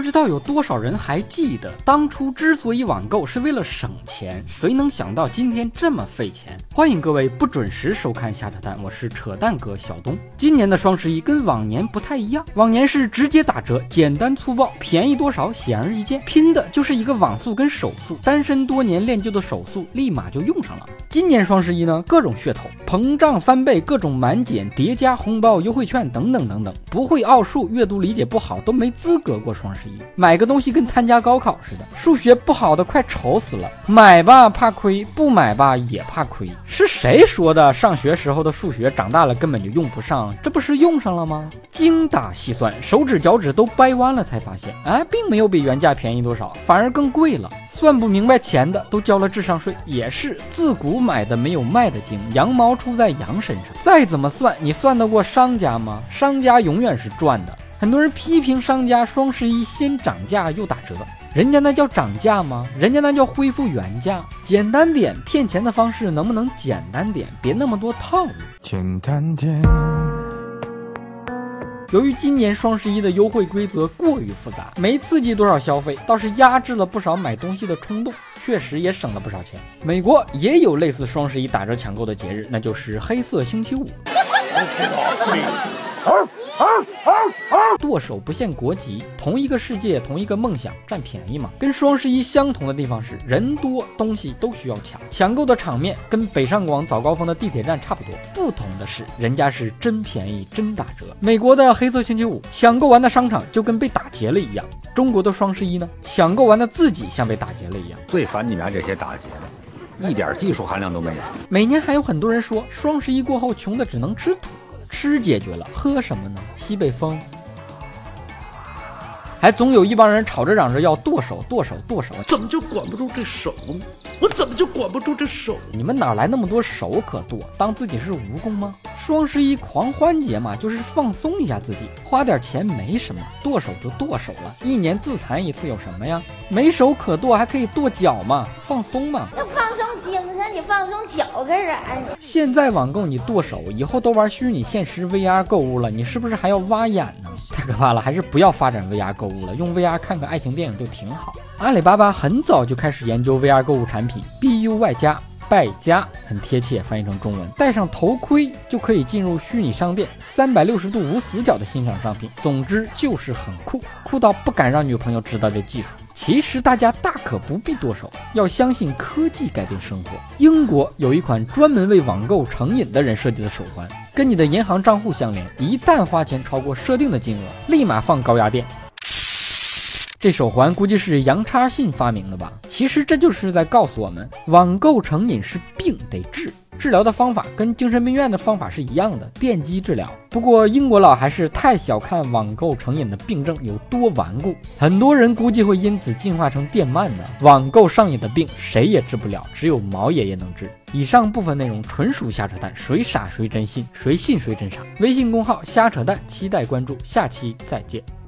不知道有多少人还记得，当初之所以网购是为了省钱，谁能想到今天这么费钱？欢迎各位不准时收看瞎扯淡，我是扯淡哥小东。今年的双11跟往年不太一样，往年是直接打折，简单粗暴，便宜多少显而易见，拼的就是一个网速跟手速，单身多年练就的手速立马就用上了。今年双11呢，各种噱头，膨胀翻倍，各种满减叠加红包优惠券等等等等，不会奥数，阅读理解不好都没资格过双11。买个东西跟参加高考似的，数学不好的快愁死了，买吧怕亏，不买吧也怕亏。是谁说的上学时候的数学长大了根本就用不上？这不是用上了吗？精打细算，手指脚趾都掰弯了才发现，并没有比原价便宜多少，反而更贵了。算不明白钱的都交了智商税，也是自古买的没有卖的精，羊毛出在羊身上。再怎么算，你算得过商家吗？商家永远是赚的。很多人批评商家双11先涨价又打折，人家那叫涨价吗？人家那叫恢复原价。简单点，骗钱的方式能不能简单点，别那么多套路。简单点。由于今年双11的优惠规则过于复杂，没刺激多少消费，倒是压制了不少买东西的冲动，确实也省了不少钱。美国也有类似双11打折抢购的节日，那就是黑色星期五。剁手不限国籍，同一个世界同一个梦想，占便宜嘛。跟双11相同的地方是人多，东西都需要抢，抢购的场面跟北上广早高峰的地铁站差不多。不同的是人家是真便宜真打折。美国的黑色星期五抢购完的商场就跟被打劫了一样，中国的双11呢，抢购完的自己像被打劫了一样。 最烦你们这些打劫的，一点技术含量都没有。 每年还有很多人说双11过后穷的只能吃土，吃解决了，喝什么呢？西北风。还总有一帮人吵着嚷着要剁手， 怎么就管不住这手呢？我怎么就管不住这手？ 你们哪来那么多手可剁？当自己是蜈蚣吗？双11狂欢节嘛，就是放松一下自己，花点钱没什么，剁手就剁手了，一年自残一次有什么呀？没手可剁还可以剁脚嘛，放松嘛。 要放松精神，你放松脚干啥？ 现在网购你剁手，以后都玩虚拟现实 VR 购物了，你是不是还要挖眼呢？太可怕了，还是不要发展 VR 购物了，用 VR 看个爱情电影就挺好。阿里巴巴很早就开始研究 VR 购物产品 ，BUY 加。败家很贴切，翻译成中文，戴上头盔就可以进入虚拟商店，360度无死角的欣赏商品。总之就是很酷，酷到不敢让女朋友知道这技术。其实大家大可不必剁手，要相信科技改变生活。英国有一款专门为网购成瘾的人设计的手环，跟你的银行账户相连，一旦花钱超过设定的金额，立马放高压电。这手环估计是杨叉信发明的吧？其实这就是在告诉我们，网购成瘾是病得治，治疗的方法跟精神病院的方法是一样的，电击治疗。不过英国佬还是太小看网购成瘾的病症有多顽固，很多人估计会因此进化成电鳗呢。网购上瘾的病谁也治不了，只有毛爷爷能治。以上部分内容纯属瞎扯淡，谁傻谁真信，谁信谁真傻。微信公号瞎扯淡，期待关注，下期再见。